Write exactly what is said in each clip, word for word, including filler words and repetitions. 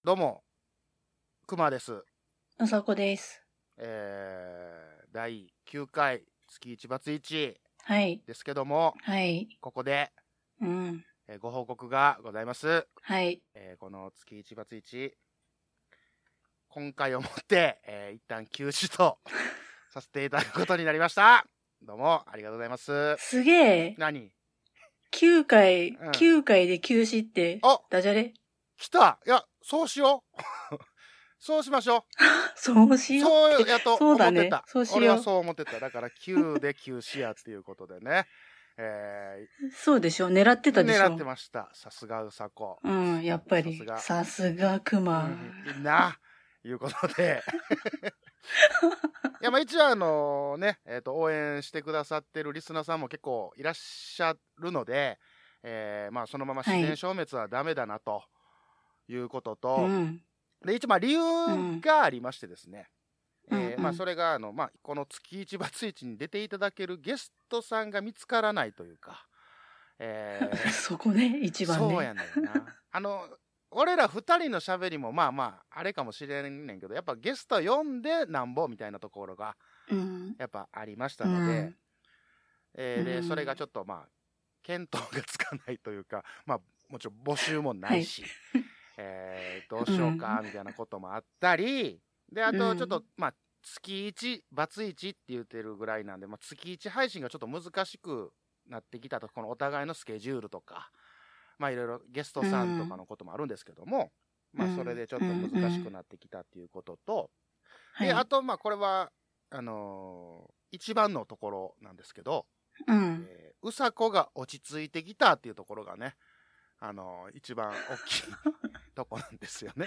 どうも、くまです。 あさこです。 えー、だいきゅうかい月一バツイチはい。 ですけども、 はい。 ここで、 うん。 えーご報告がございます。 はい。 えーこの月一バツイチ、今回をもって、えー一旦休止とさせていただくことになりました。どうもありがとうございます。 すげえ。 何きゅうかい、 うんきゅうかいで休止って、 あダジャレ来たいや、そうしようそうしましょう。 そうしようって。 そうやとそうだね。 思ってた。 そうしよう。 俺はそう思ってた。だからきゅうで休止やっていうことでね。えそうでしょ。狙ってー、 たでしょ。 狙ってました。さすがうさこ。 うん、やっぱり。 さすが。 さすがクマ。 うんな、いうことで。いや、まあ一応あのね、えっ、と、応援してくださってるリスナーさんも結構いらっしゃるので、えー、まあそのまま自然消滅はダメだなということと、 うん。 で、一応まあ理由がありましてですね。 うんえーまあ、それがあの、まあ、この月一バツイチに出ていただけるゲストさんが見つからないというか、えー、 そこね、一番ね。 そうやねんな。あの、俺ら二人の喋りもまあまあ、あれかもしれんねんけど、やっぱゲスト呼んでなんぼみたいなところが、やっぱありましたので、 うんえー、で、それがちょっとまあ、見当がつかないというか、まあ、もちろん募集もないし、はい、えー、どうしようか、みたいなこともあったり、で、あと、ちょっと、うん、まあ、月いち、バツイチって言ってるぐらいなんで、まあ、月いち配信がちょっと難しくなってきたと、このお互いのスケジュールとか、まあ、いろいろゲストさんとかのこともあるんですけども、うん、まあ、それでちょっと難しくなってきたっていうことと、うん、で、あと、まあ、これは、あのー、一番のところなんですけど、 うん、 えー、うさこが落ち着いてきたっていうところがね、あのー、一番大きいとこなんですよね。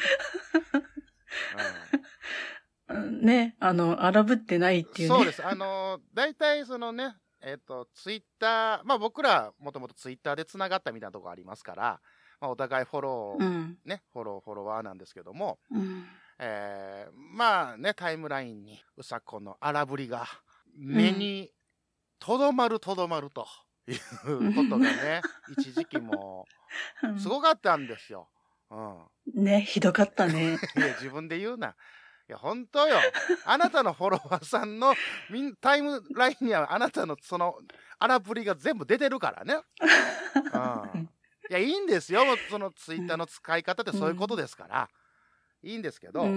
うん、ね、あの、荒ぶってないっていうね。 そうです。あのー、大体そのね、えっ、ー、と、ツイッター、まあ僕らもともとツイッターでつながったみたいなところありますから、まあ、お互いフォロー、うん、ね、フォロー、フォロワーなんですけども、 うん、 えー、まあね、タイムラインにうさこの荒ぶりが目にとどまるとどまるということがね、うん、一時期もすごかったんですよ。うん、 ね、ひどかったね。 いや、自分で言うな。いや、本当よ。あなたのフォロワーさんのタイムラインにはあなたのその荒ぶりが全部出てるからね。うん、いや、いいんですよ。そのツイッターの使い方ってそういうことですから。うん、いいんですけど、うん、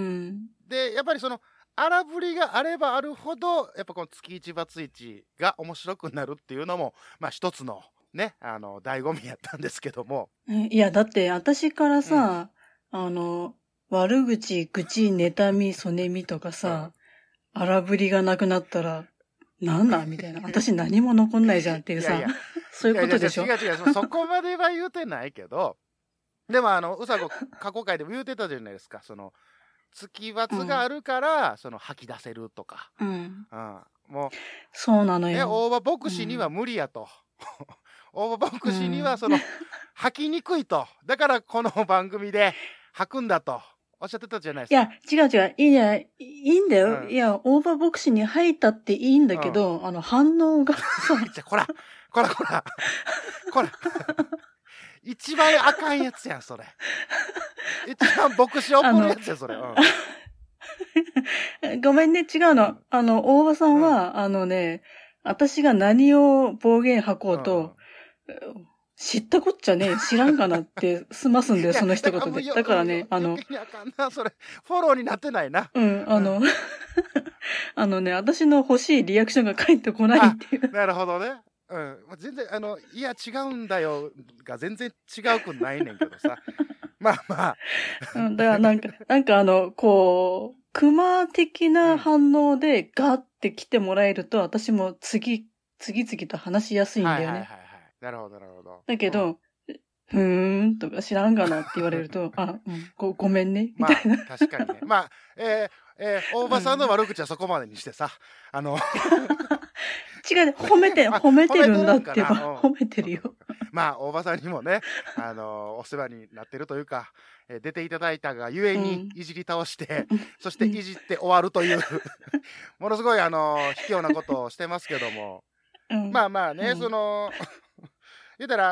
で、やっぱりその荒ぶりがあればあるほど、やっぱこの月一バツイチが面白くなるっていうのも、まあ一つのね、あの、醍醐味やったんですけども。 いや、だって私からさ、うん、あの、悪口、愚痴、妬み、そねみとかさ、うん、荒ぶりがなくなったら、なんなんみたいな。私何も残んないじゃんっていうさ、いやいやそういうことでしょ。 いやいや違う違う、そこまでは言うてないけど、でもあの、うさこ過去回でも言うてたじゃないですか、その、月バツがあるから、うん、その吐き出せるとか。 うん。 うん。もう、 そうなのよ。 ね、大場牧師には無理やと。うん、大場牧師にはその、うん、吐きにくいと。だからこの番組で吐くんだと。おっしゃってたじゃないですか。 いや、違う違う。いいんじゃない。いいんだよ。うん、いや、大場牧師に吐いたっていいんだけど、うん、あの、反応がさ。 じゃ、こら、こらこら、こら。一番あかんやつやん、それ。一番牧師怒るやつやん、それ。 うん、ごめんね、違うの。あの、大場さんは、うん、あのね、私が何を暴言吐こうと、うん、知ったこっちゃね、知らんかなって済ますんだよ、その一言で。だからね、あの、 あかんな、それ、フォローになってないな。 うん、あの、うん、あのね、私の欲しいリアクションが返ってこないっていう。 なるほどね。うん。全然、あの、いや、違うんだよ、が全然違うくないねんけどさ。まあまあ。 うん、だからなんか、なんかあの、こう、熊的な反応でガッて来てもらえると、うん、私も次、次々と話しやすいんだよね。はいはいはい、はい。 なるほど、なるほど。 だけど、うん、ふーんとか知らんかなって言われると、あ、うん、ご、ごめんね、みたいな。 まあ、確かにね。まあ、えー、えー、大場さんの悪口はそこまでにしてさ、うん、あの、 違う、褒めて、褒めてるんだってば、褒めてるよ。 まあ、大場さんにもね、あの、お世話になってるというか、えー、出ていただいたがゆえにいじり倒して、うん、そしていじって終わるという、ものすごい、あの、卑怯なことをしてますけども、うん、まあまあね、うん、その、言うたら、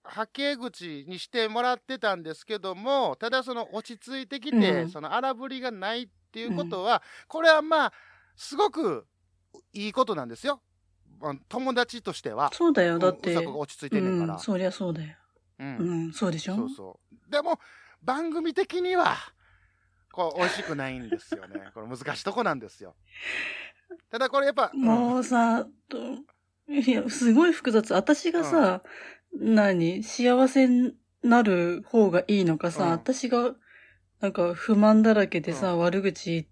はけ口にしてもらってたんですけども、ただその落ち着いてきて、 うんその荒ぶりがないっていうことは、これはまあ、すごくいいことなんですよ。あの友達としては。 そうだよ。だっうんうて。 さこが落ち着いてんねんから。 うん、そりゃそうだよ。 うん。 うん、そうでしょ。 そうそう。でも、番組的には、こう、美味しくないんですよね。これ難しいとこなんですよ。ただこれやっぱ、 もうさ、といや、すごい複雑。私がさ、何幸せになる方がいいのかさ、 うん私が、なんか不満だらけでさ、 うん悪口言って、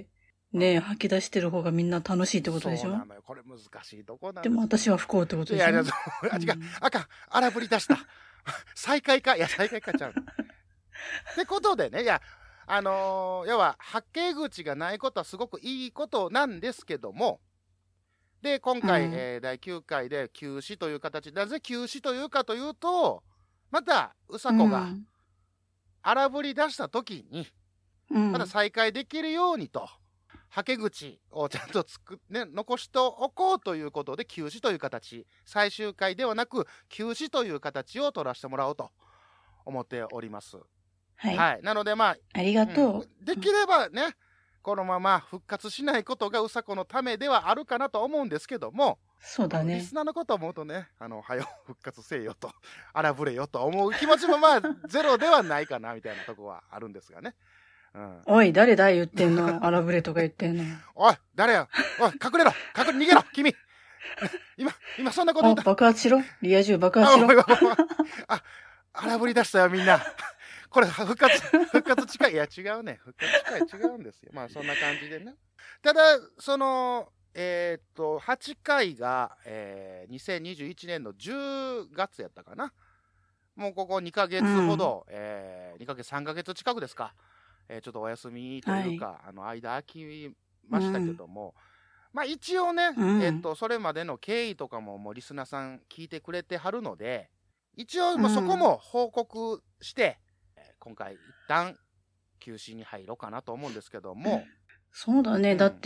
ね、吐き出してる方がみんな楽しいってことでしょ。 そうなのよ。これ難しいとこなんでも私は不幸ってことでしょ。 いやいや、そうあ、違う。あかん。荒ぶり出した。再開か。いや、再開かちゃうの。ってことでね、いや、あのー要は、はけ口がないことはすごくいいことなんですけども、で、今回、 うんえーだいきゅうかいで休止という形、なぜ休止というかというと、また、うさこが荒ぶり出した時に、 うん、 また再開できるようにと、はけ口をちゃんとつく、ね、残しておこうということで休止という形、最終回ではなく休止という形を取らせてもらおうと思っております。 はい。 はい。なのでまあ、 ありがとう。 うんできればね、このまま復活しないことがうさこのためではあるかなと思うんですけども、 そうだね。 リスナーのことを思うとね、あの、はよ復活せよと、荒ぶれよと思う気持ちもまあ、ゼロではないかなみたいなとこはあるんですがね。うん、 おい、誰だ言ってんの荒ぶれとか言ってんの。 おい、誰やおい、隠れろ隠れ、逃げろ君今、今そんなこと言あ、 った。 爆発しろリア充爆発しろあ、荒ぶり出したよみんな。これ、復活、復活近い。いや、違うね。復活近い、違うんですよ。まあ、そんな感じでね。ただ、その、えー、っと、はちかいが、えー、にせんにじゅういちねんのじゅうがつやったかな。もうここにかげつほど、うん、えー、にかげつ、さんかげつ近くですか。えー、ちょっとお休みというか、はい、あの、間空きましたけども、うん、まあ一応ね、うん、えー、っと、それまでの経緯とかももうリスナーさん聞いてくれてはるので、一応、まあ、そこも報告して、うん、今回一旦休止に入ろうかなと思うんですけども。 そうだね。うん、だって、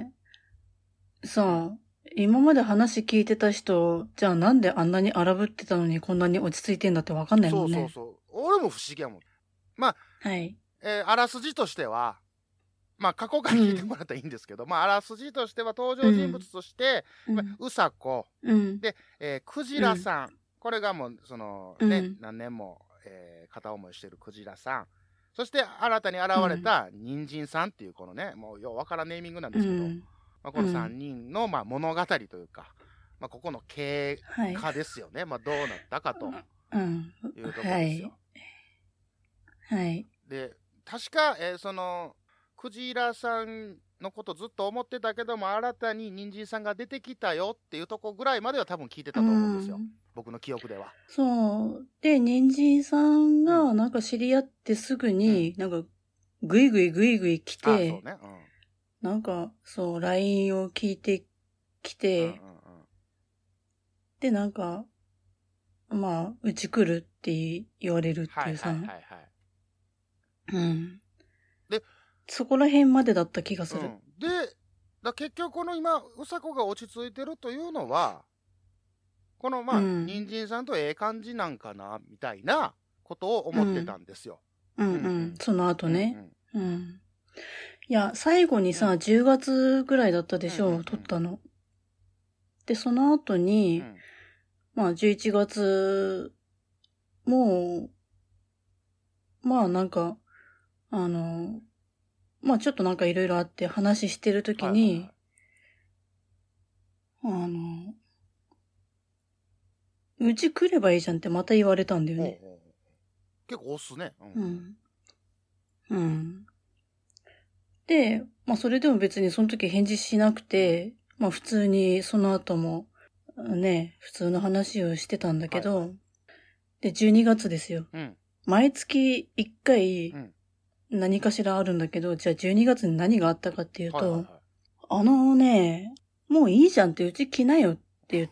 さあ、今まで話聞いてた人、じゃあなんであんなに荒ぶってたのにこんなに落ち着いてんだってわかんないもんね。 そうそうそう。俺も不思議やもん。まあ、 はい。 えー、あらすじとしては、まあ過去から聞いてもらったらいいんですけど、うん、まああらすじとしては登場人物として、うんまあ、うさこ、 うん、 で、えー、クジラさん、うん、これがもう、そのね、うん、何年も、えー、片思いしてるクジラさん。そして新たに現れた人参さんっていうこのね、もうようわからんネーミングなんですけど、うんまあ、このさんにんの、まあ、物語というか、まあ、ここの経過ですよね。はい、まあどうなったかというところですよ。 はい。はい、 で、確か、えー、その、クジラさんのことずっと思ってたけども、新たに人参さんが出てきたよっていうとこぐらいまでは多分聞いてたと思うんですよ。うん、僕の記憶では。 そう。で、人参さんがなんか知り合ってすぐに、なんか、ぐいぐいぐいぐい来て、 あ、そうね。うん。 なんか、そう、ライン を聞いてきて、うんうんうん、で、なんか、まあ、うち来るって言われるっていうさ。はいはいはい、はい。うん。で、そこら辺までだった気がする。うん、 で、だ結局この今、うさこが落ち着いてるというのは、このまあ、うん、人参さんとええ感じなんかな、みたいなことを思ってたんですよ。 うん、うん、うんうん。その後ね。うん、うん。いや、最後にさ、うん、じゅうがつぐらいだったでしょ、うんうんうん、撮ったの。で、その後に、うん、まあじゅういちがつ、もう、まあなんか、あの、まあちょっとなんかいろいろあって話してるときに、はいはいはい、あの、うち来ればいいじゃんってまた言われたんだよね。 ほうほう結構押すね。 うん。うん。うんで、まあそれでも別にその時返事しなくて、まあ普通にその後もね、普通の話をしてたんだけど、はいはい、で、じゅうにがつですよ。うん、毎月いっかい何かしらあるんだけど、じゃあじゅうにがつに何があったかっていうと、はいはいはい、あのね、もういいじゃんってうち来なよって言って、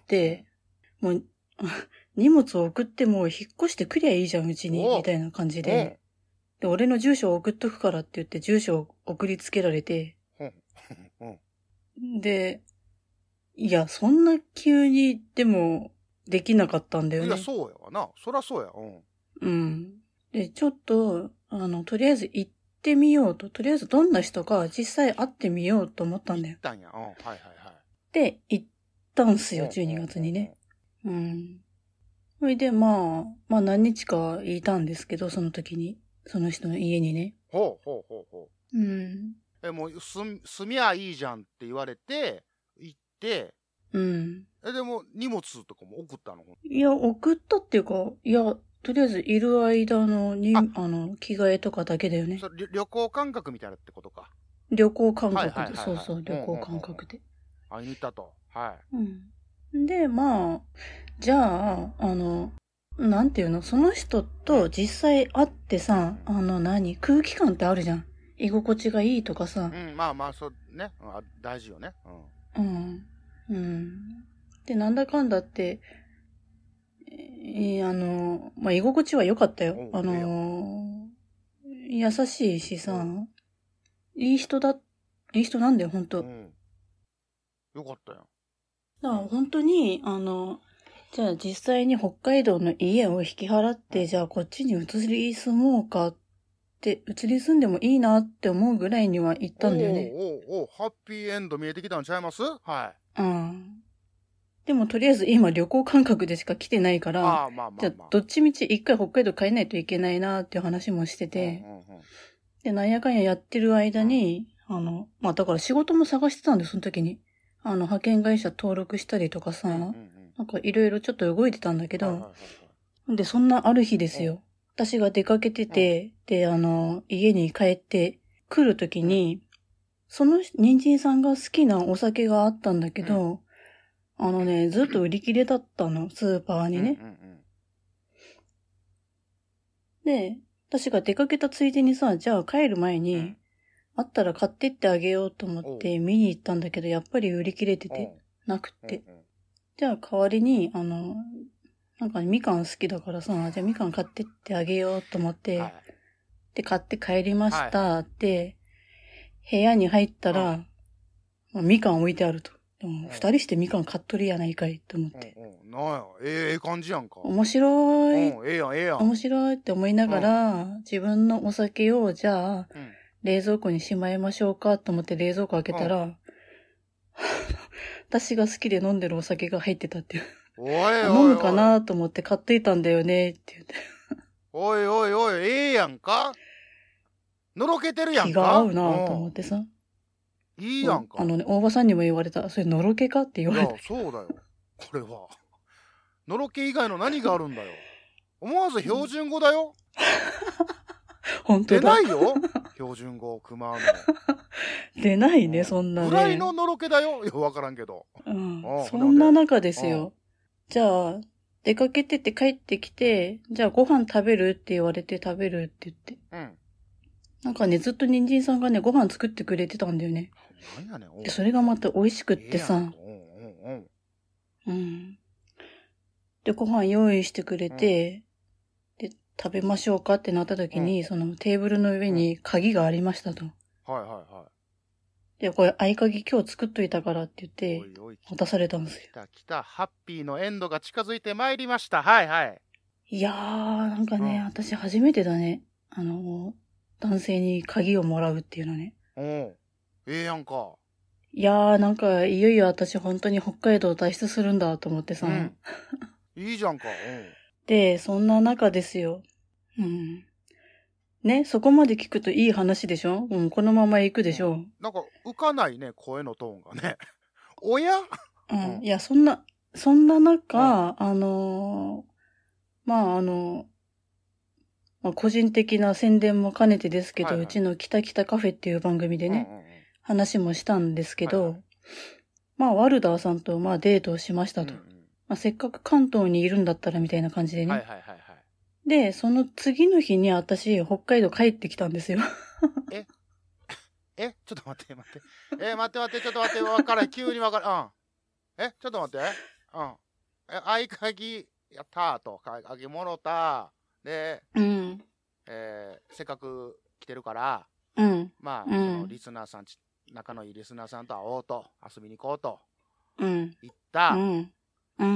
もう荷物を送ってもう引っ越してくりゃいいじゃんうちに、みたいな感じで。で、俺の住所を送っとくからって言って住所を送りつけられて。で、いや、そんな急に、でも、 できなかったんだよね。 いや、そうやわな。そらそうや。うん。 うん。で、ちょっと、あの、とりあえず行ってみようと、とりあえずどんな人か実際会ってみようと思ったんだよ。 行ったんや。うん。はいはいはい。 で、行ったんすよ、 うんじゅうにがつにね。うん。それで、まあ、まあ何日かいたんですけど、その時に。その人の家にね。 ほうほうほうほう。 うん。 え、もう、す、住みゃいいじゃんって言われて、行って、 うん。 え、でも、荷物とかも送ったの？ いや、送ったっていうか、いや、とりあえずいる間のに、ああの、着替えとかだけだよね。 それ旅旅行感覚みたいなってことか。 旅行感はいはいはいはい覚で、そうそう、旅行感覚で。 会いに行ったと。はうん。で、まあ、じゃあ、あの、なんていうの、その人と実際会ってさ、あの何、空気感ってあるじゃん。居心地がいいとかさ。 い。うん、まあまあ、そうね。うんあ大事よね。 うん。うん。で、なんだかんだって、えーあの、まあ、居心地は良かったよ。 おうあのー優しいしさ、いい人だ、いい人なんだよ、ほんと。 うん。うん。よかったよ。 だから本当に、あの、じゃあ実際に北海道の家を引き払って、じゃあこっちに移り住もうかって、移り住んでもいいなって思うぐらいには行ったんだよね。 おうおうおうハッピーエンド見えてきたんちゃいます？はい。 うん。でもとりあえず今旅行感覚でしか来てないから、 ああ、まあまあ、まあ、 じゃあどっちみち一回北海道帰んないといけないなっていう話もしてて、 うんうんうん、 で、なんやかんややってる間に、うん、あの、まあだから仕事も探してたんです、その時に。あの、派遣会社登録したりとかさ、うんうんうん、なんかいろいろちょっと動いてたんだけど、はいはいはいはい、で、そんなある日ですよ。私が出かけてて、で、あの、家に帰って来る時に、その人参さんが好きなお酒があったんだけど、あのね、ずっと売り切れだったの、スーパーにね。うんうんうん、で、私が出かけたついでにさ、じゃあ帰る前に、うん、あったら買ってってあげようと思って見に行ったんだけど、やっぱり売り切れてて、なくって。じゃあ代わりに、あの、なんか、ね、みかん好きだからさ、じゃあみかん買ってってあげようと思って、はい、で、買って帰りましたって、はい、部屋に入ったら、うんまあ、みかん置いてあると。でも、二人してみかん買っとるやないかいと思って。 うんうん、なんや、ええ感じやんか。 面白い。 うん、ええやん、ええやん。 面白いって思いながら、うん、自分のお酒を、じゃあ、うん、冷蔵庫にしまいましょうかと思って冷蔵庫開けたら、うん、私が好きで飲んでるお酒が入ってたっていう。 おいおいおい飲むかなと思って買っていたんだよねって言って。 おいおいおい、ええやんか。のろけてるやんか。 気が合うなと思ってさ。 いいやんか。 あのね、大場さんにも言われた。それのろけかって言われた。 いや、そうだよ。これは。のろけ以外の何があるんだよ。思わず標準語だよ。 本当だ。 出ないよ。標準語、熊の。 出ないね、うん、そんなね。 ぐらいののろけだよ。よくわからんけど。 うん。そんな中ですよ。じゃあ、出かけてて帰ってきて、じゃあご飯食べるって言われて食べるって言って。うん。なんかね、ずっと人参さんがね、ご飯作ってくれてたんだよね。 なんやねん。 で、それがまた美味しくってさ。 うん。 うん。で、ご飯用意してくれて、うん、で、食べましょうかってなった時に、うん、そのテーブルの上に鍵がありましたと。うん、 はいはいはい。 で、これ合鍵今日作っといたからって言って、渡されたんですよ。 来た来た、ハッピーのエンドが近づいてまいりました。はいはい。 いやー、なんかね、うん、私初めてだね。あの、男性に鍵をもらうっていうのね。 うん。ええやんか。 いやー、なんか、いよいよ私本当に北海道脱出するんだと思ってさ。うん、 いいじゃんか。うん。 で、そんな中ですよ。うん。ね、そこまで聞くといい話でしょ？うん、このまま行くでしょ？うん、 なんか、浮かないね、声のトーンがね。おや？ うん、うん、いや、そんな、そんな中、うん、あのー、まあ、あの、まあ、個人的な宣伝も兼ねてですけど、はいはい、うちのキタキタカフェっていう番組でね、うんうんうん、話もしたんですけど、はいはい、まあ、ワルダーさんと、まあ、デートをしましたと。うんうん、まあ、せっかく関東にいるんだったらみたいな感じでね。はいはいはいはい。で、その次の日に私、北海道帰ってきたんですよ。 ええちょっと待って待って。え待って待って、ちょっと待って、わからん。急にわからん。うん。えちょっと待って。うん。え、合鍵やったーと。合鍵もろた。で、うん。えー、せっかく来てるから、うん。まあ、うん、そのリスナーさんち、仲のいいリスナーさんと会おうと、遊びに行こうと。うん。行った。うん。うん。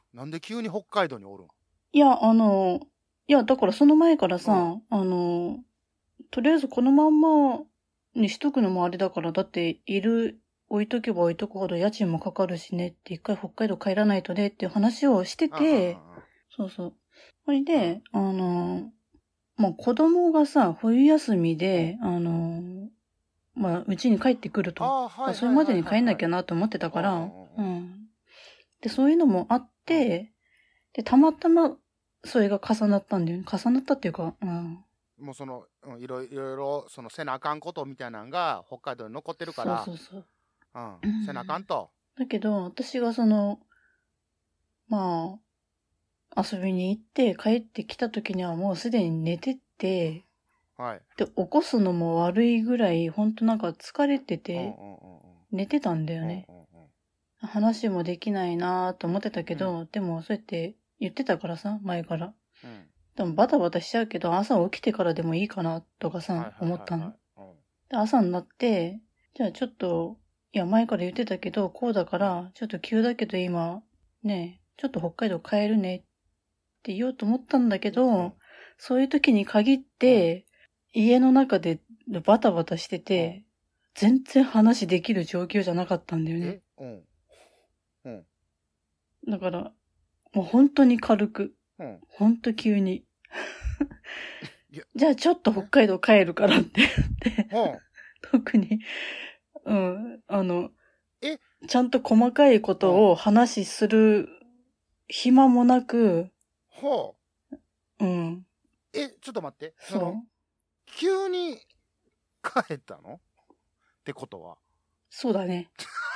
なんで急に北海道におるん？ いや、あの、いや、だからその前からさ、 うんあの、とりあえずこのまんまにしとくのもあれだから、だっている、置いとけば置いとくほど家賃もかかるしねって一回北海道帰らないとねっていう話をしてて、そうそう。それで、あの、まあ、子供がさ、冬休みで、あの、まあ、うちに帰ってくると。 あーはいそれまでに帰んなきゃなと思ってたから、 うんうんうんうん。で、そういうのもあって、で、たまたま、それが重なったんだよね。重なったっていうか、うん。 もうその、うんいろいろいろ、そのせなあかんことみたいなのが北海道に残ってるから、 そうそうそう。 うんうんせなあかんと。 だけど、私がその、まあ、遊びに行って帰ってきた時にはもうすでに寝てて、 はい。 で、起こすのも悪いぐらい、ほんとなんか疲れてうんて、 うんうんうん寝てたんだよね。 うんうんうん話もできないなと思ってたけど、でもそうやって言ってたからさ、前から。 うんでもバタバタしちゃうけど、朝起きてからでもいいかなとかさ、 はいはいはいはい思ったの。 うんで、朝になって、じゃあちょっと、いや前から言ってたけど、こうだから、ちょっと急だけど今、ねえ、ちょっと北海道帰るねって言おうと思ったんだけど、 うんそういう時に限って、家の中でバタバタしてて、全然話できる状況じゃなかったんだよね。 えうんうんだから、もう本当に軽く、 うん本当急にいや。 じゃあちょっと北海道帰るからって言って、 うん特に、うん、あの、 えちゃんと細かいことを話しする暇もなく、 ほううん、 えちょっと待ってそそうの。急に帰ったのってことはそうだね。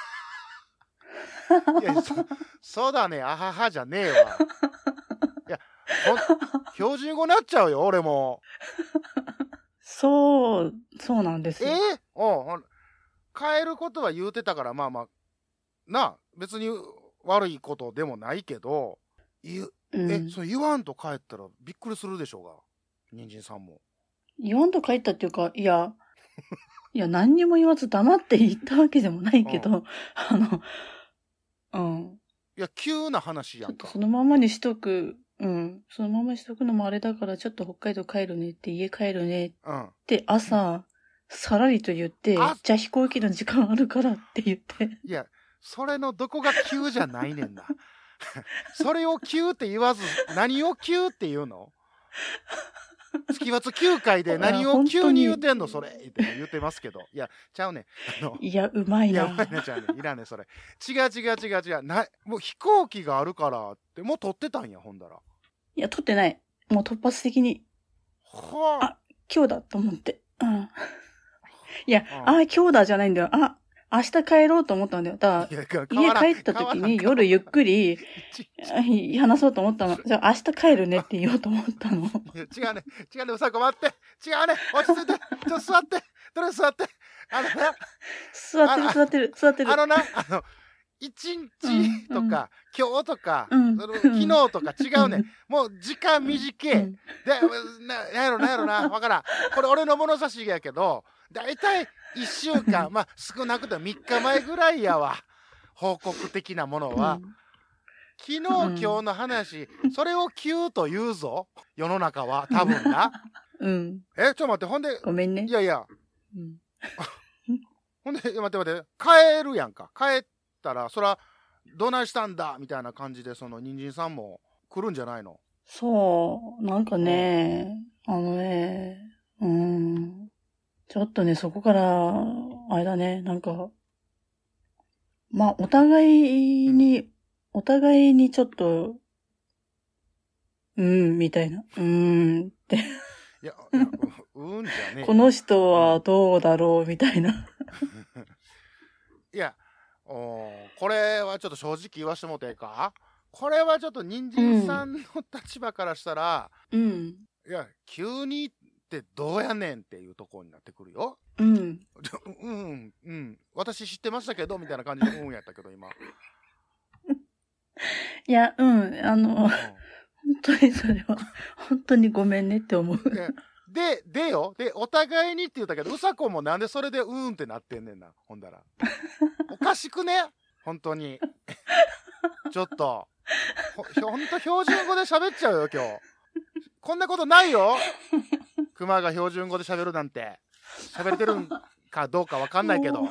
いやそそうだねあははじゃねえわいやほん標準語になっちゃうよ俺もそう、そうなんですえよ。 ー、おう帰ることは言うてたからまあまあなあ別に悪いことでもないけど言ううん、 えそれ言わんと帰ったらびっくりするでしょうが人参さんも言わんと帰ったっていうか、いや、いや、何にも言わず黙って言ったわけでもないけど、あの、うん。 いや急な話ちょっとやんかそのままにしとく、うん。そのままにしとくのもあれだから、ちょっと北海道帰るねって、家帰るねっうんて朝、さらりと言って、 あじゃあ飛行機の時間あるからって言って。 いやそれのどこが急じゃないねんなそれを急って言わず何を急って言うの月末きゅうかいで何を急に言うてんのそれって言うてますけどいやちゃうねんあのいや、うまいいやな。 うまいなちゃうねんいらんねんそれ違う違う違う違うなもう飛行機があるからってもう取ってたんやほんだらいや、撮ってない。もう突発的に、 はああ今日だと思って。うん。いや、 うんあ、今日だじゃないんだよ。あ、明日帰ろうと思ったんだよ。だからいやか変家わらん帰った時変わらんに夜ゆっくりち話そうと思ったの。じゃあ明日帰るねって言おうと思ったの。 いや違うね違うねうさこ待って違うね落ち着いてちょっと座ってとりあえず座ってあのね座ってる座ってる座ってる。 あのなあの一日とか、今日とか、 うんその昨日とか違うね、ん、もう時間短い、 うんでななんやろなんやろなわからんこれ俺の物差しやけどだいたいいっしゅうかんまあ少なくともみっかまえぐらいやわ報告的なものは、 うん昨日、今日の話それを急と言うぞ世の中は多分なうん。 えちょっと待ってほんでごめんね。 いやいやうんほんで待って待って帰るやんか帰ったらそらどないしたんだみたいな感じでその人参さんも来るんじゃないのそう、なんかね、あのね、うん。ちょっとね、そこから、あれだね、なんか、まあ、お互いに、お互いにちょっと、うん、みたいな。うーんって。 いやいやううんじゃねえこの人はどうだろうみたいな。 いやおこれはちょっと正直言わしてもらっていいかこれはちょっと人参さんの立場からしたら、 うん。 いや急にってどうやねんっていうところになってくるようん。 うんうん私知ってましたけどみたいな感じでうんやったけど今、 いや、うん、あの、 うん本当にそれは、本当にごめんねって思う。 で、でよ、で、お互いにって言ったけど、うさこもなんでそれでうーんってなってんねんな、ほんだら。おかしくね本当に。ちょっと。 ほほんと標準語で喋っちゃうよ今日。こんなことないよ。熊が標準語で喋るなんて。喋れてるんかどうかわかんないけど。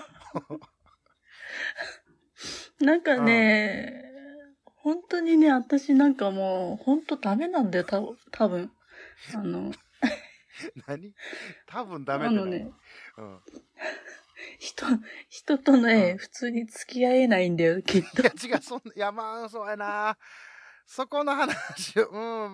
なんかね、うん、本当にね、私なんかもう、本当ダメなんだよ、た多分あの。 何多分ダメってな。 あのね、 うん、 人、人とね、うん、普通に付き合えないんだよ、きっと。 いや、違う、そんいや、まあ、そうやな。そこの話、うん、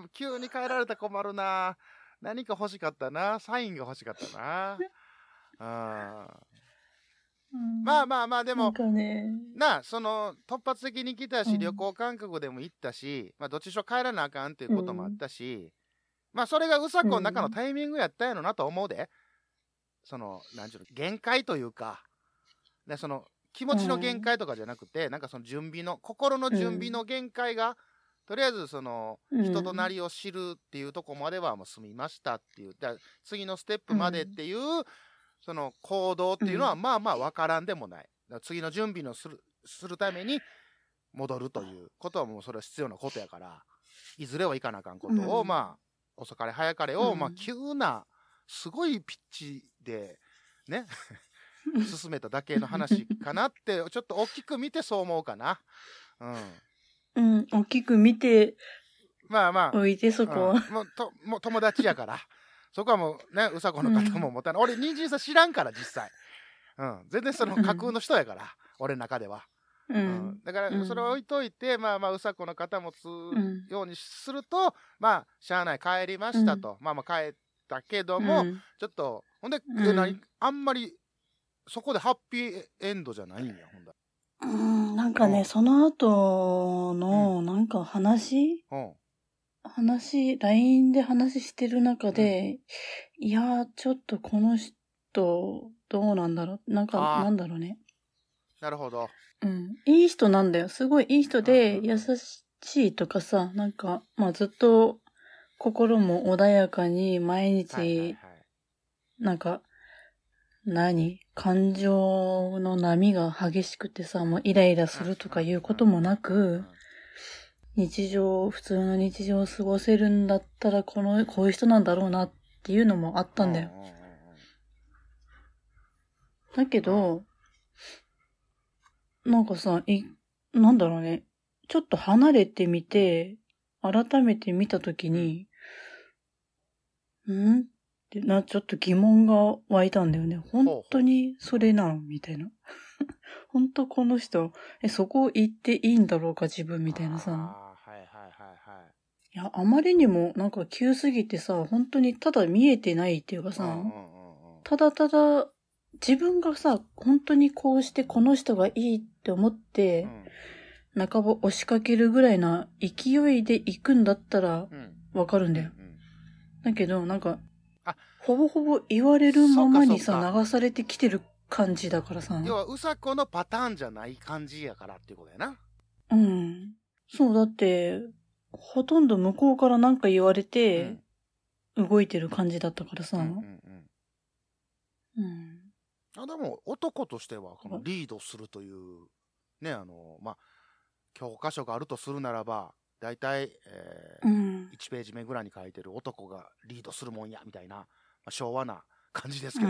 急に変えられたら困るな。何か欲しかったな。サインが欲しかったな。あうん、まあまあまあ、でも、 なんかね、 なあ、その、突発的に来たし、うん、旅行感覚でも行ったし、まあ、どっちしろ帰らなあかんっていうこともあったし、うん、まあ、それがうさこの中のタイミングやったんやろなと思うで。その、なんちゅうの、限界というか、でその、気持ちの限界とかじゃなくて、うん、なんかその準備の、心の準備の限界が、うん、とりあえずその、人となりを知るっていうとこまではもう済みましたっていう、だ次のステップまでっていう、うん、その行動っていうのは、まあまあ分からんでもない。だ次の準備のする、するために戻るということはもうそれは必要なことやから、いずれはいかなあかんことを、うん、まあ、遅かれ早かれを、うん、まあ急な、すごいピッチで、ね、進めただけの話かなって、ちょっと大きく見てそう思うかな。うん。 うん、大きく見て、 まあまあ、 置いてそこは、 うん、もうともう友達やから、そこはもうね、うさこの方も持たない。うん、俺、人参さん知らんから、実際。うん、全然その架空の人やから、うん、俺の中では。うんうん、だから、それを置いといて、うん、まあまあ、うさこの方もつようにすると、まあ、しゃあない、帰りましたと。うん、まあまあ、帰ったけども、うん、ちょっと、ほんで、うん、何あんまり、そこでハッピーエンドじゃないんや、ほんだ。 うん、なんかね、うん、その後の、なんか話、うん、話、ライン で話してる中で、うん、いや、ちょっとこの人、どうなんだろう、なんか、なんだろうね。 なるほど。 うん。いい人なんだよ。すごいいい人で、優しいとかさ、なんか、まあずっと、心も穏やかに、毎日、はいはいはい、なんか、何感情の波が激しくてさ、もうイライラするとかいうこともなく、日常、普通の日常を過ごせるんだったら、この、こういう人なんだろうなっていうのもあったんだよ。だけど、なんかさ、い、なんだろうね。ちょっと離れてみて、改めて見たときに、んってな、ちょっと疑問が湧いたんだよね。本当にそれなのみたいな。本当この人、え、そこ行っていいんだろうか自分みたいなさ。 ああ、はいはいはいはい。 いや、あまりにもなんか急すぎてさ、本当にただ見えてないっていうかさ、うんうんうんうん、ただただ自分がさ、本当にこうしてこの人がいいって思って、うん、半ば押しかけるぐらいな勢いで行くんだったらわかるんだよ。うんうんうん、だけど、なんか、ほぼほぼ言われるままにさ、流されてきてる感じだからさ。 要は、うさこのパターンじゃない感じやからっていうことやな。 うん。そう、だって、ほとんど向こうからなんか言われて、動いてる感じだったからさ。うんうんうん。 うん。あ、でも、男としては、このリードするという、ね、あの、まあ、教科書があるとするならば、だいたい、えーうん、いちページ目ぐらいに書いてる男がリードするもんや、みたいな、まあ、昭和な感じですけど、うん、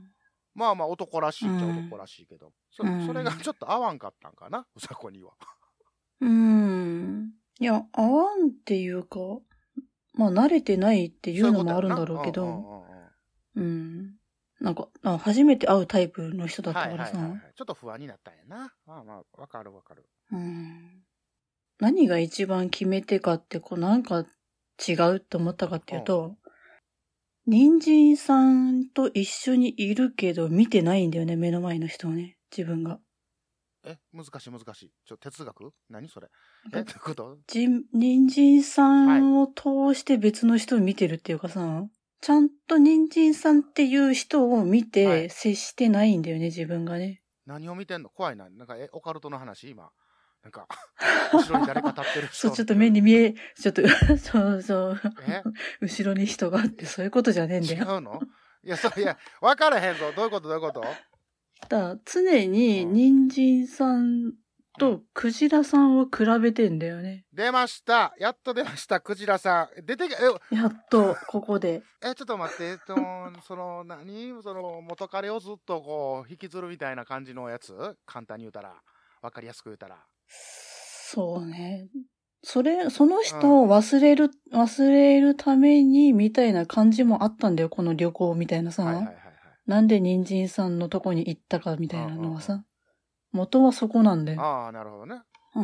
まあまあ男らしいっちゃ男らしいけど、うん、そ, それがちょっと合わんかったんかな、うさこには。 うーん。いや、合わんっていうか、まあ慣れてないっていうのもあるんだろうけど、うん。なんか、初めて会うタイプの人だったからさ、はいはいはいはい。 ちょっと不安になったんやな。まあまあ、わかるわかる。 うん。何が一番決め手かって、こうなんか違うって思ったかっていうと、人参さんと一緒にいるけど見てないんだよね、目の前の人をね、自分が。 え、難しい難しい。ちょ、哲学？何それ？え、どういうこと？ じ、人参さんを通して別の人を見てるっていうかさ、はい、ちゃんと人参さんっていう人を見て接してないんだよね、はい、自分がね。 何を見てんの？怖いな。なんか、え、オカルトの話今。なんか、後ろに誰か立ってる人。 そう、ちょっと目に見え、ちょっと、そうそう。え後ろに人があって、そういうことじゃねえんだよ。 違うの？いや、そう、いや、分からへんぞ。どういうことどういうこと？ だ常に、人参さんとクジラさんを比べてんだよね。 出ました。やっと出ました。クジラさん。出てき、 え、やっと、ここで。 え、ちょっと待って、えっと、その、何その、元彼をずっとこう、引きずるみたいな感じのやつ簡単に言うたら。わかりやすく言うたら。 そうね。それ、その人を忘れる、うん、忘れるために、みたいな感じもあったんだよ。この旅行みたいなさ。はいはいはいはい、なんで人参さんのとこに行ったかみたいなのはさ。うんうんうん、元はそこなんだよ。 ああ、なるほどね。 うん。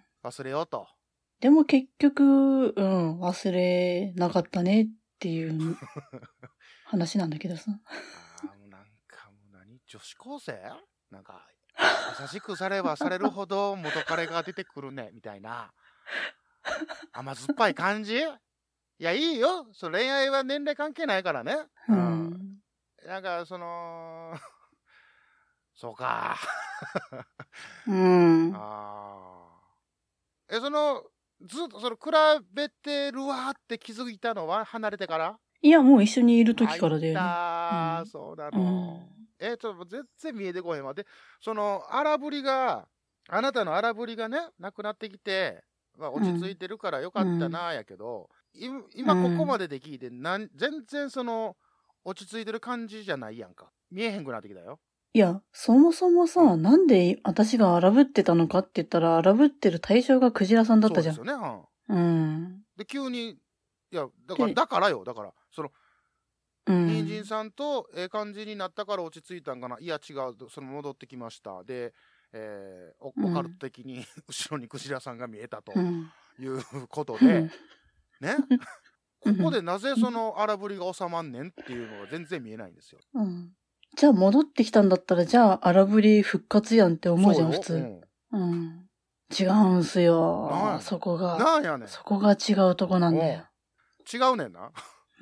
忘れようと。 でも結局、うん、忘れなかったねっていう話なんだけどさ。 ああ、もうなんかもう何女子高生なんか、優しくさればされるほど元彼が出てくるね、みたいな。甘酸っぱい感じいや、いいよ。そ恋愛は年齢関係ないからね。 うん。 なんか、その、そうか。 うん。 ああ。え、その、ずっとその比べてるわって気づいたのは離れてから？ いや、もう一緒にいる時からだよね。 あ、うん、そうなの。うん、え、ちょっと全然見えてこへんわ。で、その荒ぶりが、あなたの荒ぶりがね、なくなってきて、まあ、落ち着いてるからよかったなやけど、うん、今ここまでで聞いて、なん、全然その、落ち着いてる感じじゃないやんか。見えへんくなってきたよ。 いや、そもそもさ、うん、なんで私が荒ぶってたのかって言ったら、荒ぶってる対象がクジラさんだったじゃん。 そうですよね。 うん。うん、 で、急に、いや、だから、だからよ、だから、その、うん、人参さんとええ感じになったから落ち着いたんかな。いや、違う、その戻ってきました。で、えー、オカルト的に後ろにクジラさんが見えたということで、うん、ね。ここでなぜその荒ぶりが収まんねんっていうのが全然見えないんですよ。 うん、じゃあ戻ってきたんだったら、じゃあ荒ぶり復活やんって思うじゃん、普通。うん。うん、違うんすよ。そこが。 なんやねん。 そこが違うとこなんだよ。 違うねんな。 うん、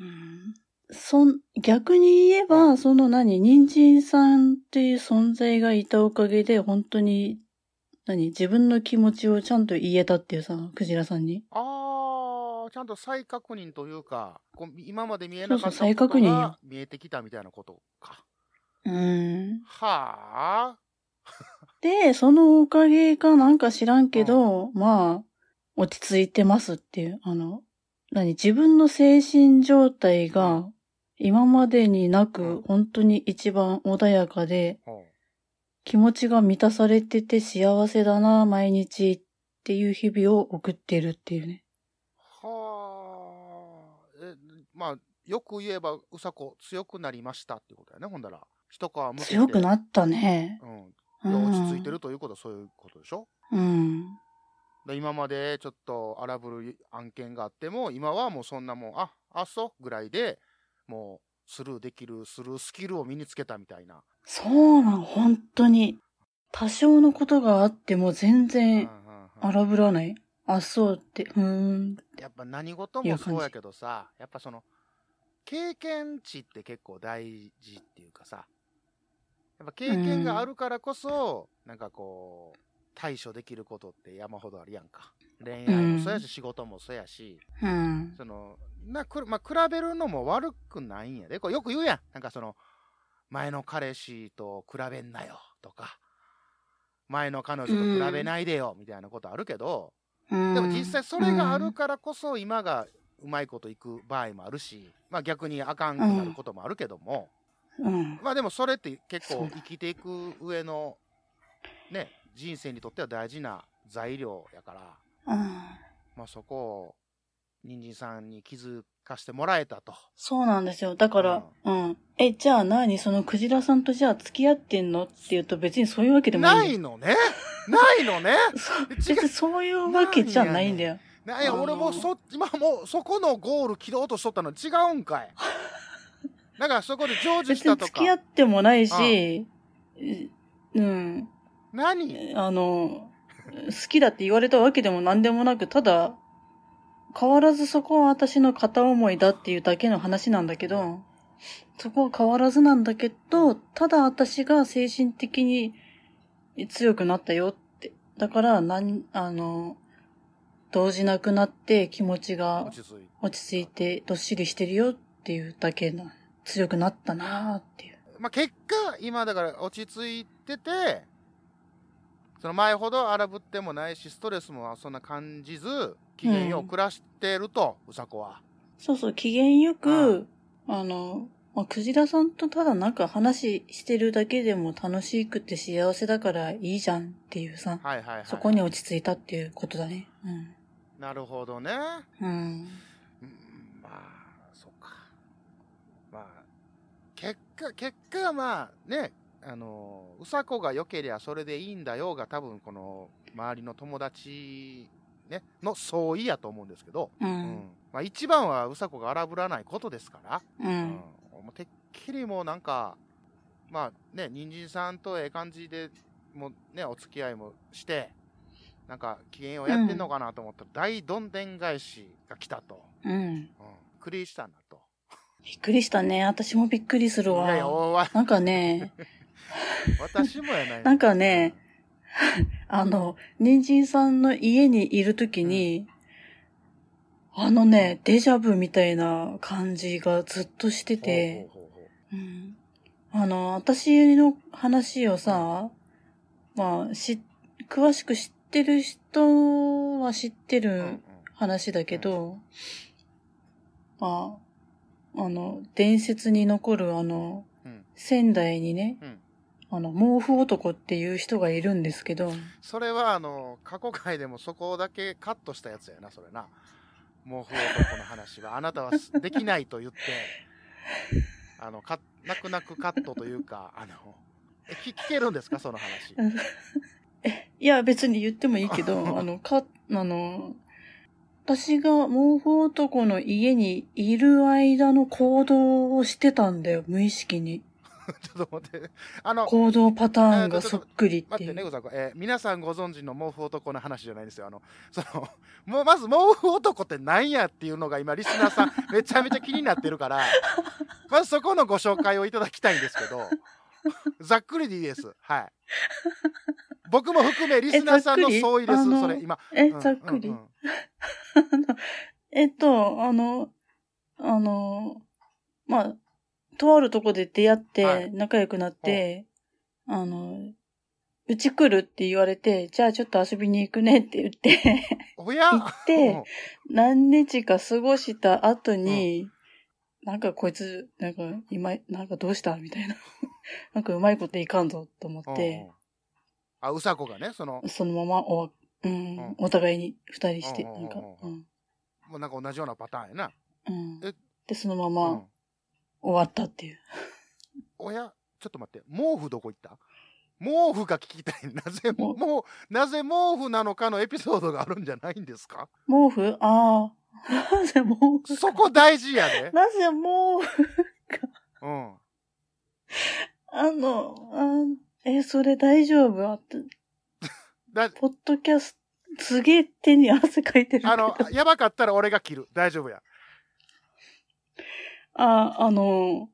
そん、逆に言えば、うん、その何、人参さんっていう存在がいたおかげで、本当に、何、自分の気持ちをちゃんと言えたっていうさ、クジラさんに。 ああ、ちゃんと再確認というか、こう今まで見えなかったことが見えてきたみたいなことか。 うーん。 はあ。 で、そのおかげかなんか知らんけど、うん、まあ、落ち着いてますっていう、あの、何、自分の精神状態が今までになく、うん、本当に一番穏やかで、うん、気持ちが満たされてて幸せだな、毎日っていう日々を送ってるっていうね。 はあ。え、まあ、よく言えば、うさこ強くなりましたっていうことやね、ほんだら。一皮むけて。 強くなったね。 うん。落ち着いてるということはそういうことでしょ？ うん。 今までちょっと荒ぶる案件があっても、今はもうそんなもん、あ、あそうぐらいで、もうスルーできる、スルースキルを身につけたみたいな。 そうなん、本当に。多少のことがあっても全然荒ぶらない。あ、そうって、うーん。 やっぱ何事もそうやけどさ、やっぱその、経験値って結構大事っていうかさ、やっぱ経験があるからこそ、うん、なんかこう、対処できることって山ほどあるやんか。恋愛もそうやし、うん、仕事もそうやし、 うん、 その、な、く、まあ、比べるのも悪くないんやで。これよく言うやん。なんかその、前の彼氏と比べんなよとか、前の彼女と比べないでよ、みたいなことあるけど、うん、でも実際それがあるからこそ今がうまいこといく場合もあるし、まあ逆にあかんくなることもあるけども、 うん、まあでもそれって結構生きていく上のね、人生にとっては大事な材料やから、 うん、 まあそこを人参さんに気づかしてもらえたと。 そうなんですよ。だから、うん。うん、え、じゃあ何そのクジラさんとじゃあ付き合ってんのって言うと別にそういうわけでもないないのね。ないのね。 別にそういうわけじゃないんだよ。 なんや、俺もそ、今もうそこのゴール切ろうとしとったの違うんかい。だからそこで成就したとか。別に付き合ってもないし、うん。 何？ あの、好きだって言われたわけでも何でもなく、ただ、変わらずそこは私の片思いだっていうだけの話なんだけど、そこは変わらずなんだけど、ただ私が精神的に強くなったよって。だから、なん、あの、動じなくなって気持ちが落ち着いてどっしりしてるよっていうだけな、強くなったなーっていう。 まあ、結果、今だから落ち着いてて、 その前ほど荒ぶってもないし、ストレスもそんな感じず、機嫌よく暮らしてると、うさこは。 そうそう、機嫌よく、あの、まあ、クジラさんとただなんか話してるだけでも楽しくて幸せだからいいじゃんっていうさ、 はいはいはい、はい。 そこに落ち着いたっていうことだね。うん。 なるほどね。 うん。 うん、まあ、そっか。まあ、結果、結果はまあね、あの、うさこが良けりゃそれでいいんだよが多分この周りの友達、ね、の相違やと思うんですけど、 うん。 うん、まあ、一番はうさこが荒ぶらないことですから、 うん。うん、 もうてっきりもうなんか、まあね、人参さんとええ感じでもうね、お付き合いもして、なんか機嫌をやってんのかなと思ったら、うん、大どんでん返しが来たと。 うん。うん。 びっくりしたなと。 びっくりしたね。私もびっくりするわ。いやいや、おわなんかね、 私もやない。 なんかね、あの、人参さんの家にいるときに、うん、あのね、デジャブみたいな感じがずっとしてて、ほうほうほうほう、うん、あの、私の話をさ、うん、まあ、し、詳しく知ってる人は知ってる話だけど、うんうん、まあ、あの、伝説に残るあの、うん、仙台にね、うん、あの、毛布男っていう人がいるんですけど。 それは、あの、過去回でもそこだけカットしたやつやな、それな。毛布男の話は。あなたはできないと言って、あの、か、泣く泣くカットというか、あの、え、聞けるんですか、その話。 え、いや、別に言ってもいいけど、あの、か、あの、私が毛布男の家にいる間の行動をしてたんだよ、無意識に。 ちょっと待って。あの、 行動パターンがそっくりっていう。 待ってね、ござんこ。えー、皆さんご存知の毛布男の話じゃないんですよ。あの、その、もうまず毛布男って何やっていうのが今、リスナーさんめちゃめちゃ気になってるから、まずそこのご紹介をいただきたいんですけど、ざっくりでいいです。はい。僕も含めリスナーさんの相違です、それ、今。 え、ざっくり、うんうんうん、えっと、あの、あの、まあ、とあるとこで出会って、仲良くなって、はい、あの、うち来るって言われて、じゃあちょっと遊びに行くねって言って、 おや行って、何日か過ごした後に、うん、なんかこいつ、なんか今、なんかどうしたみたいな。なんかうまいこといかんぞと思って。 あ、うさこがね、その。 そのままお、うん、うん、お互いに二人して、なんか、うん。 もうなんか同じようなパターンやな。 うん。で、そのまま、うん終わったっていう。 おや、ちょっと待って、毛布どこ行った？毛布が聞きたい。なぜ、もう、なぜ毛布なのかのエピソードがあるんじゃないんですか？ 毛布ああ。なぜ毛布そこ大事やで。 なぜ毛布か。 うん。 あの、あえ、それ大丈夫？あってだポッドキャスト、すげえ手に汗かいてるけど。 あの、やばかったら俺が切る。大丈夫や。 あ、あの、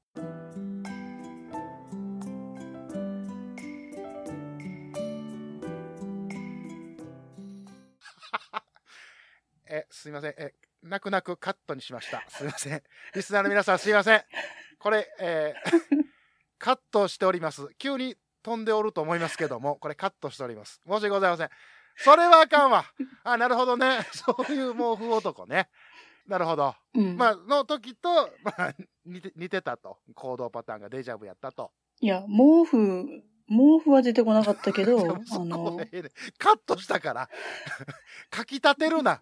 え、すいません。え、泣く泣くカットにしました。すいません。リスナーの皆さんすいません。これ、えー、カットしております。急に飛んでおると思いますけども、これカットしております。申し訳ございません。それはあかんわ。あ、なるほどね。そういう毛布男ね。なるほど。うん、まあ、の時と、まあ、似て、似てたと。行動パターンがデジャブやったと。 いや、毛布、毛布は出てこなかったけど、あの、 カットしたから。かき立てるな。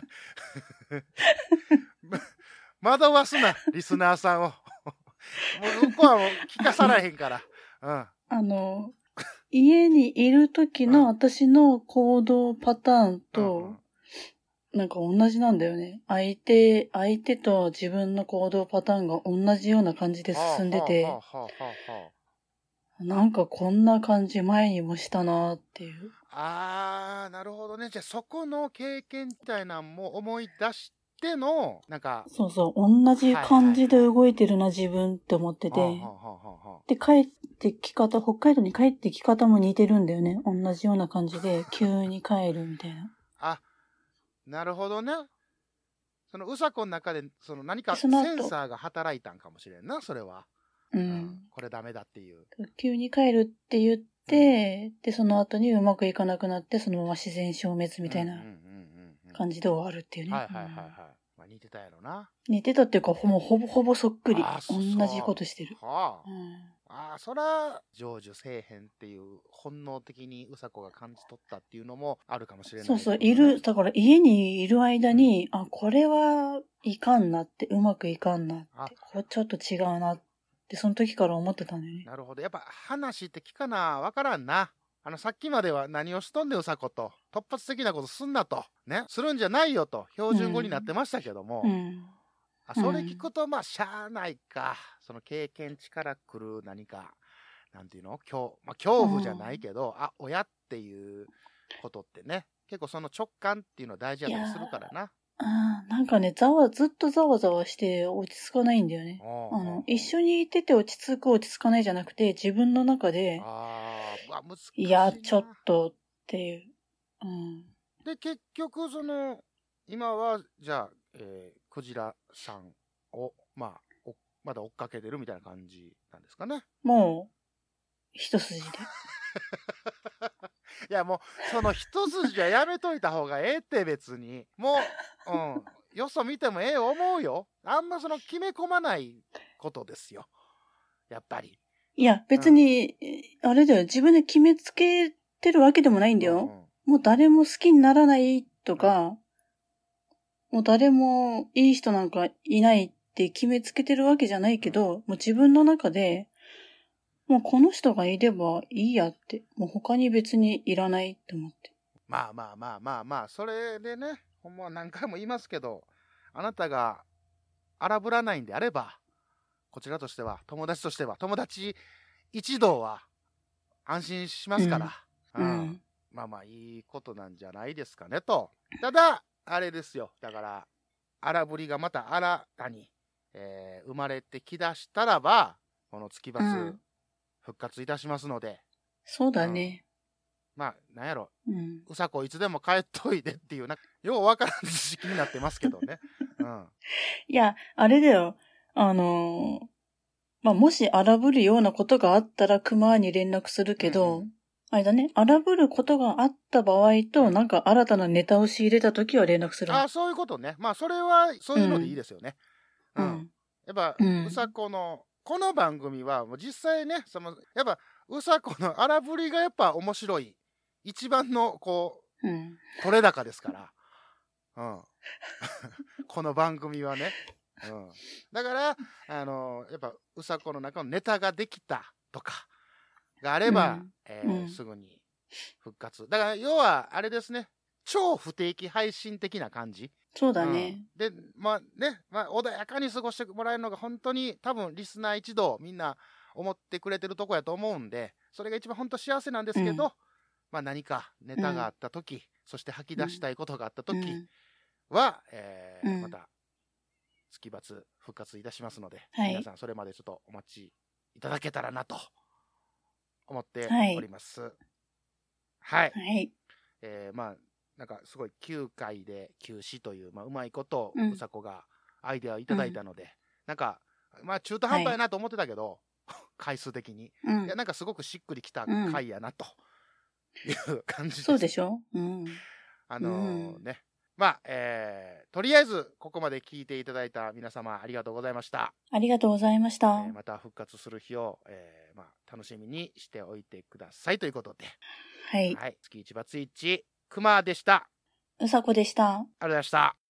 惑わすな、リスナーさんを。もう、向こうはもう聞かさらへんから。うん。 あの、家にいる時の私の行動パターンと、うんうんなんか同じなんだよね。相手、相手と自分の行動パターンが同じような感じで進んでて、なんかこんな感じ前にもしたなーっていう。 あー、なるほどね。じゃあそこの経験みたいなのも思い出しての、なんか。 そうそう、同じ感じで動いてるな、自分って思ってて。で、帰ってき方、北海道に帰ってき方も似てるんだよね。同じような感じで、急に帰るみたいな。 あ、なるほどね。そのうさこの中でその何かセンサーが働いたんかもしれんな、それは。 うん。 これダメだっていう。 急に帰るって言って、で、その後にうまくいかなくなって、そのまま自然消滅みたいな感じで終わるっていうね。 はいはいはいはい。まあ、似てたやろな。 似てたっていうか、ほぼほぼほぼそっくり。 あーそう同じことしてる。 はあ。 うんああ、そら、成就せえへんっていう、本能的にうさこが感じ取ったっていうのもあるかもしれない、 そうそう、いる、だから家にいる間に、うん、あ、これはいかんなって、うまくいかんなって、これちょっと違うなって、その時から思ってたんだよね。 なるほど。やっぱ話って聞かな、わからんな。あの、さっきまでは何をしとんねん、うさこと。突発的なことすんなと。ね。するんじゃないよと。標準語になってましたけども。 うんうんあそれ聞くと、まあ、しゃあないか。その経験値から来る何か、なんていうの恐、まあ、恐怖じゃないけど、あ、親っていうことってね、結構その直感っていうのは大事だったりするからな。 あなんかね、ざわ、ずっとざわざわして落ち着かないんだよね。あの、一緒にいてて落ち着く落ち着かないじゃなくて、自分の中で、 ああ、難しいな。 いや、ちょっとっていう。うん。 で、結局、その、今は、じゃあ、えー、クジラさんを、まあ、まだ追っかけてるみたいな感じなんですかね。 もう、一筋で。 いや、もう、その一筋じゃやめといた方がええって別に。もう、うん。よそ見てもええ思うよ。あんまその決め込まないことですよ。やっぱり。 いや、別に、うん、あれだよ。自分で決めつけてるわけでもないんだよ。うんうん、もう誰も好きにならないとか、もう誰もいい人なんかいないって決めつけてるわけじゃないけど、もう自分の中で、もうこの人がいればいいやって、もう他に別にいらないって思って。 まあまあまあまあまあ、それでね、ほんま何回も言いますけど、あなたが荒ぶらないんであれば、こちらとしては、友達としては、友達一同は安心しますから、うんうん、まあまあいいことなんじゃないですかねと。ただ、あれですよ。だから、荒ぶりがまた新たに、えー、生まれてきだしたらば、この月バツ復活いたしますので。うん、 そうだね。 うん、まあ、なんやろ。 うん、 うさこいつでも帰っといてっていう、なんかようわからん図式になってますけどね。うん。 いや、あれだよ。あのー、まあ、もし荒ぶるようなことがあったら熊に連絡するけど、うんうん、あれだね、荒ぶることがあった場合と、なんか新たなネタを仕入れたときは連絡する。 ああ、そういうことね。まあ、それは、そういうのでいいですよね。うん。うん、やっぱ、うん、うさこの、この番組は、もう実際ね、その、やっぱ、うさこの荒ぶりがやっぱ面白い。一番の、こう、うん、取れ高ですから。うん。この番組はね。うん。だから、あの、やっぱ、うさこの中のネタができたとか、があれば、うん、えーうん、すぐに復活。だから、要は、あれですね。超不定期配信的な感じ。 そうだね。 うん、で、まあね、まあ、穏やかに過ごしてもらえるのが本当に多分リスナー一同みんな思ってくれてるとこやと思うんで、それが一番本当幸せなんですけど、うん、まあ何かネタがあった時、うん、そして吐き出したいことがあった時は、うん、えーうん、また月バツ復活いたしますので、はい、皆さんそれまでちょっとお待ちいただけたらなと思っております。はい。はい。はい、えー、まあなんかすごいきゅうかいで休止という、まあ、うまいことをうさこがアイデアをいただいたので、うん、なんか、まあ中途半端やなと思ってたけど、はい、回数的に、うん。いや、なんかすごくしっくりきた回やなという感じです。 そうでしょ、うん、 あのー、ね。まあ、えー、とりあえずここまで聞いていただいた皆様ありがとうございました。 ありがとうございました。 えー、また復活する日を、えー、まあ楽しみにしておいてくださいということで。 はい。 はい。月一バツイチ。熊でした。 うさこでした。 ありがとうございました。